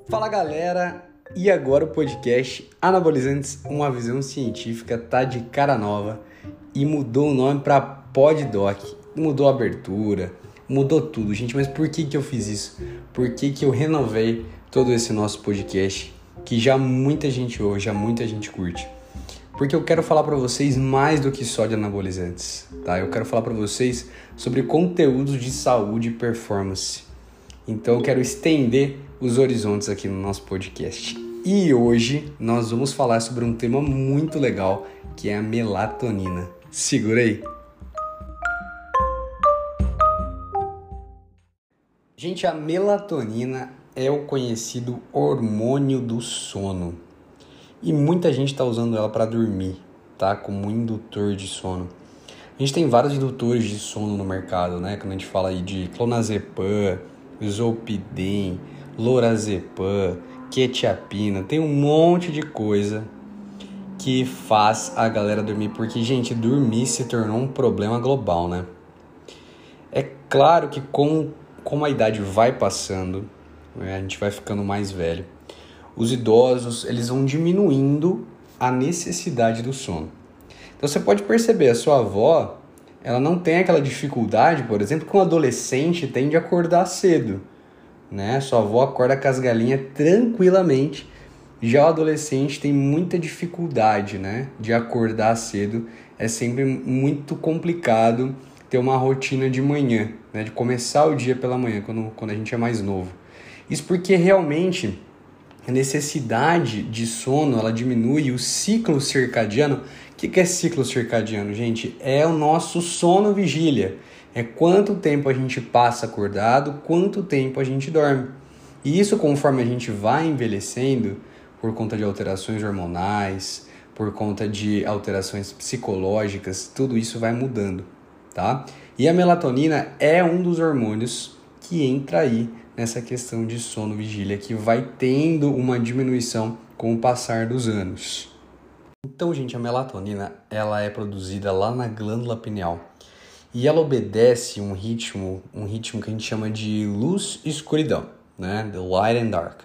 Fala galera, e agora o podcast Anabolizantes, uma visão científica tá de cara nova e mudou o nome para PodDoc, mudou a abertura, mudou tudo, gente, mas por que eu fiz isso? Por que eu renovei todo esse nosso podcast que já muita gente ouve, já muita gente curte? Porque eu quero falar para vocês mais do que só de anabolizantes, tá? Eu quero falar para vocês sobre conteúdos de saúde e performance. Então eu quero estender os horizontes aqui no nosso podcast. E hoje nós vamos falar sobre um tema muito legal, que é a melatonina. Segura aí! Gente, a melatonina é o conhecido hormônio do sono. E muita gente está usando ela para dormir, tá? Como indutor de sono. A gente tem vários indutores de sono no mercado, né? Quando a gente fala aí de clonazepam, zolpidem, lorazepam, quetiapina, tem um monte de coisa que faz a galera dormir, porque, gente, dormir se tornou um problema global, né? É claro que como a idade vai passando, né, a gente vai ficando mais velho, os idosos, eles vão diminuindo a necessidade do sono. Então você pode perceber, a sua avó, ela não tem aquela dificuldade, por exemplo, que um adolescente tem de acordar cedo, né? Sua avó acorda com as galinhas tranquilamente, já o adolescente tem muita dificuldade, né, de acordar cedo. É sempre muito complicado ter uma rotina de manhã, né, de começar o dia pela manhã, quando a gente é mais novo. Isso porque realmente a necessidade de sono, ela diminui o ciclo circadiano. O que é ciclo circadiano, gente? É o nosso sono-vigília. É quanto tempo a gente passa acordado, quanto tempo a gente dorme. E isso, conforme a gente vai envelhecendo, por conta de alterações hormonais, por conta de alterações psicológicas, tudo isso vai mudando, tá? E a melatonina é um dos hormônios que entra aí nessa questão de sono-vigília, que vai tendo uma diminuição com o passar dos anos. Então, gente, a melatonina, ela é produzida lá na glândula pineal. E ela obedece um ritmo que a gente chama de luz e escuridão, né? The light and dark.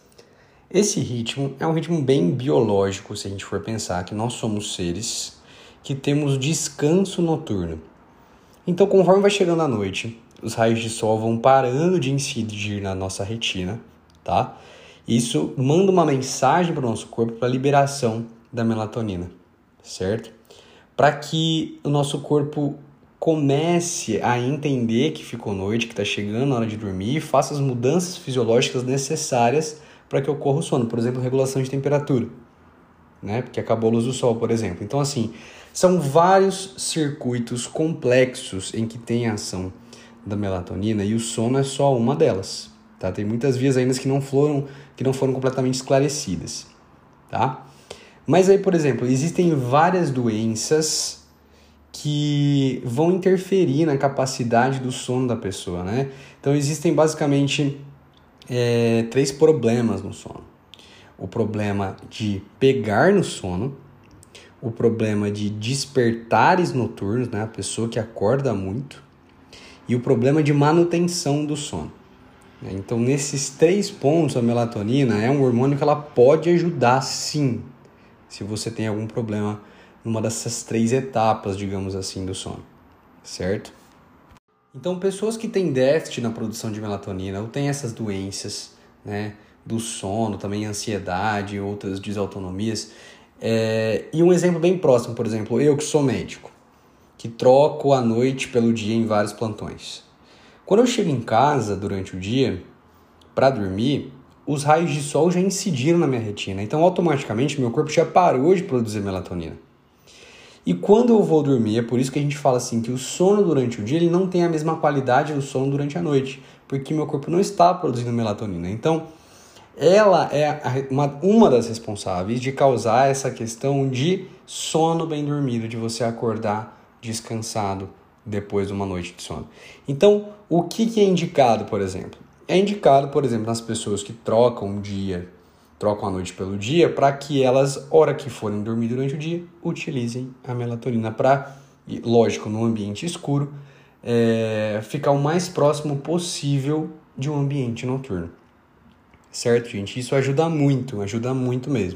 Esse ritmo é um ritmo bem biológico, se a gente for pensar que nós somos seres que temos descanso noturno. Então, conforme vai chegando a noite, os raios de sol vão parando de incidir na nossa retina, tá? Isso manda uma mensagem para o nosso corpo para a liberação da melatonina, certo? Para que o nosso corpo comece a entender que ficou noite, que está chegando a hora de dormir, e faça as mudanças fisiológicas necessárias para que ocorra o sono. Por exemplo, regulação de temperatura, né? Porque acabou a luz do sol, por exemplo. Então, assim, são vários circuitos complexos em que tem a ação da melatonina, e o sono é só uma delas, tá? Tem muitas vias ainda que não foram completamente esclarecidas, tá? Mas aí, por exemplo, existem várias doenças que vão interferir na capacidade do sono da pessoa, né? Então existem basicamente 3 problemas no sono. O problema de pegar no sono, o problema de despertares noturnos, né? A pessoa que acorda muito, e o problema de manutenção do sono. Então, nesses 3 pontos, a melatonina é um hormônio que ela pode ajudar, sim, se você tem algum problema numa dessas 3 etapas, digamos assim, do sono, certo? Então, pessoas que têm déficit na produção de melatonina ou têm essas doenças, né, do sono, também ansiedade e outras desautonomias, e um exemplo bem próximo, por exemplo, eu que sou médico, que troco a noite pelo dia em vários plantões. Quando eu chego em casa durante o dia, para dormir, os raios de sol já incidiram na minha retina. Então, automaticamente, meu corpo já parou de produzir melatonina. E quando eu vou dormir, é por isso que a gente fala assim, que o sono durante o dia ele não tem a mesma qualidade do sono durante a noite, porque meu corpo não está produzindo melatonina. Então, ela é uma das responsáveis de causar essa questão de sono bem dormido, de você acordar descansado depois de uma noite de sono. Então, o que é indicado, por exemplo? É indicado, por exemplo, nas pessoas que trocam a noite pelo dia, para que elas, hora que forem dormir durante o dia, utilizem a melatonina para, lógico, no ambiente escuro, ficar o mais próximo possível de um ambiente noturno. certo, gente? Isso ajuda muito mesmo.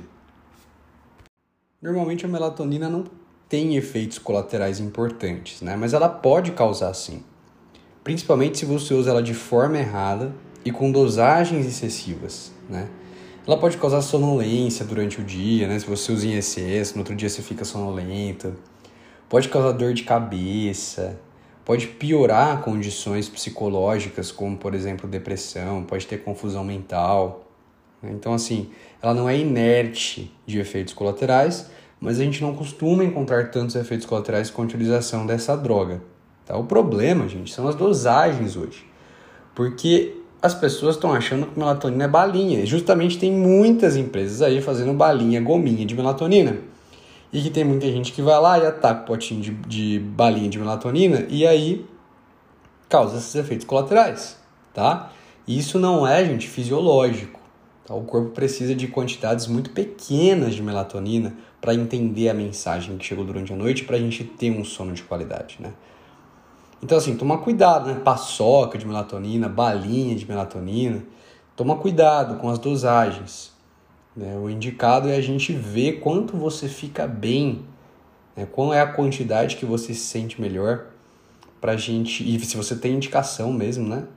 Normalmente a melatonina não tem efeitos colaterais importantes, né? Mas ela pode causar sim, principalmente se você usa ela de forma errada e com dosagens excessivas, né? Ela pode causar sonolência durante o dia, né? Se você usa em excesso, no outro dia você fica sonolento. Pode causar dor de cabeça, pode piorar condições psicológicas, como, por exemplo, depressão, pode ter confusão mental. Então, assim, ela não é inerte de efeitos colaterais, mas a gente não costuma encontrar tantos efeitos colaterais com a utilização dessa droga. Tá? O problema, gente, são as dosagens hoje. Porque as pessoas estão achando que melatonina é balinha. E justamente tem muitas empresas aí fazendo balinha, gominha de melatonina. E que tem muita gente que vai lá e ataca o potinho de balinha de melatonina e aí causa esses efeitos colaterais, tá? E isso não é, gente, fisiológico. Tá? O corpo precisa de quantidades muito pequenas de melatonina para entender a mensagem que chegou durante a noite para a gente ter um sono de qualidade, né? Então, assim, toma cuidado, né? Paçoca de melatonina, balinha de melatonina. Toma cuidado com as dosagens. Né? O indicado é a gente ver quanto você fica bem, né? Qual é a quantidade que você se sente melhor pra gente, e se você tem indicação mesmo, né?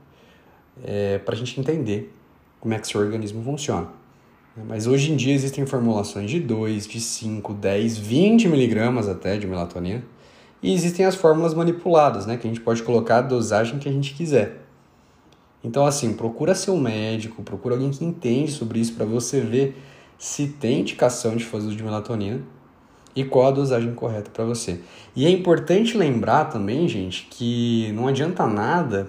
Pra gente entender como é que seu organismo funciona. Mas hoje em dia existem formulações de 2, de 5, 10, 20 miligramas até de melatonina. E existem as fórmulas manipuladas, né? Que a gente pode colocar a dosagem que a gente quiser. Então, assim, procura seu médico, procura alguém que entende sobre isso para você ver se tem indicação de fazer uso de melatonina e qual a dosagem correta para você. E é importante lembrar também, gente, que não adianta nada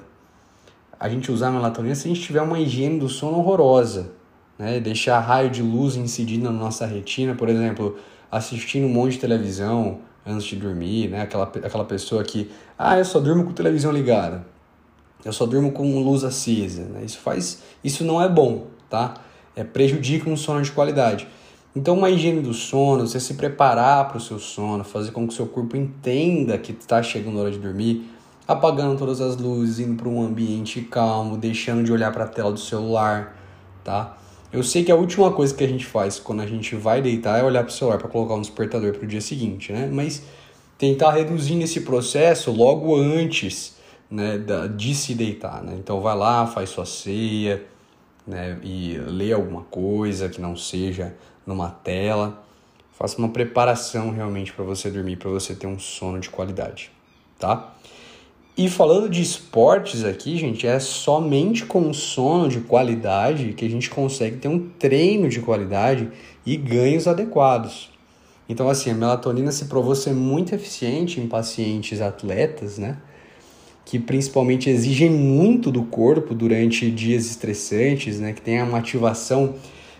a gente usar melatonina se a gente tiver uma higiene do sono horrorosa, né? Deixar raio de luz incidindo na nossa retina, por exemplo, assistindo um monte de televisão antes de dormir, né? Aquela pessoa que, eu só durmo com televisão ligada, eu só durmo com luz acesa, né? Isso não é bom, tá? Prejudica um sono de qualidade. Então, uma higiene do sono, você se preparar para o seu sono, fazer com que o seu corpo entenda que está chegando a hora de dormir, apagando todas as luzes, indo para um ambiente calmo, deixando de olhar para a tela do celular, tá? Eu sei que a última coisa que a gente faz quando a gente vai deitar é olhar para o celular para colocar um despertador para o dia seguinte, né? Mas tentar reduzir esse processo logo antes, né, de se deitar, né? Então vai lá, faz sua ceia, né, e lê alguma coisa que não seja numa tela. Faça uma preparação realmente para você dormir, para você ter um sono de qualidade, tá? E falando de esportes aqui, gente, é somente com um sono de qualidade que a gente consegue ter um treino de qualidade e ganhos adequados. Então, assim, a melatonina se provou ser muito eficiente em pacientes atletas, né? Que principalmente exigem muito do corpo durante dias estressantes, né? Que tem uma ativação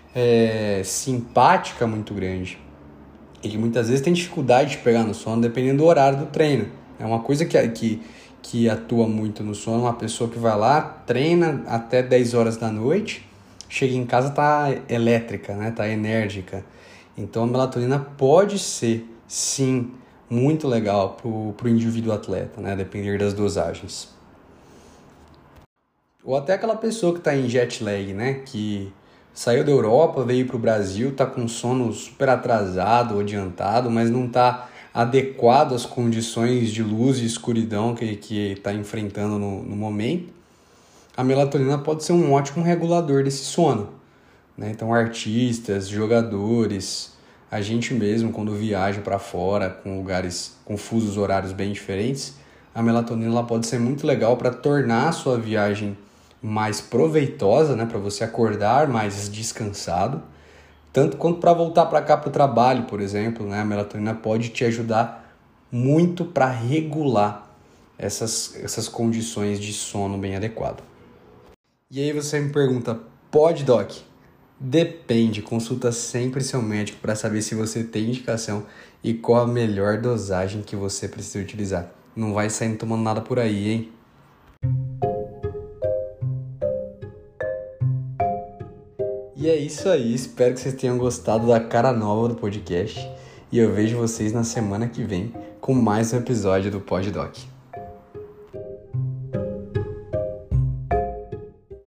simpática muito grande. E que muitas vezes tem dificuldade de pegar no sono dependendo do horário do treino. É uma coisa que atua muito no sono, uma pessoa que vai lá, treina até 10 horas da noite, chega em casa, tá elétrica, né? Tá enérgica. Então a melatonina pode ser, sim, muito legal pro indivíduo atleta, né? Depender das dosagens. Ou até aquela pessoa que está em jet lag, né? Que saiu da Europa, veio para o Brasil, está com sono super atrasado ou adiantado, mas não está adequado às condições de luz e escuridão que está enfrentando no momento. A melatonina pode ser um ótimo regulador desse sono, né? Então, artistas, jogadores, a gente mesmo, quando viaja para fora, com lugares com fusos horários bem diferentes, a melatonina ela pode ser muito legal para tornar a sua viagem mais proveitosa, né? Para você acordar mais descansado, tanto quanto para voltar para cá para o trabalho, por exemplo, né? A melatonina pode te ajudar muito para regular essas condições de sono bem adequado. E aí você me pergunta, pode, Doc? Depende, consulta sempre seu médico para saber se você tem indicação e qual a melhor dosagem que você precisa utilizar. Não vai saindo tomando nada por aí, hein? E é isso aí, espero que vocês tenham gostado da cara nova do podcast e eu vejo vocês na semana que vem com mais um episódio do Pod Doc.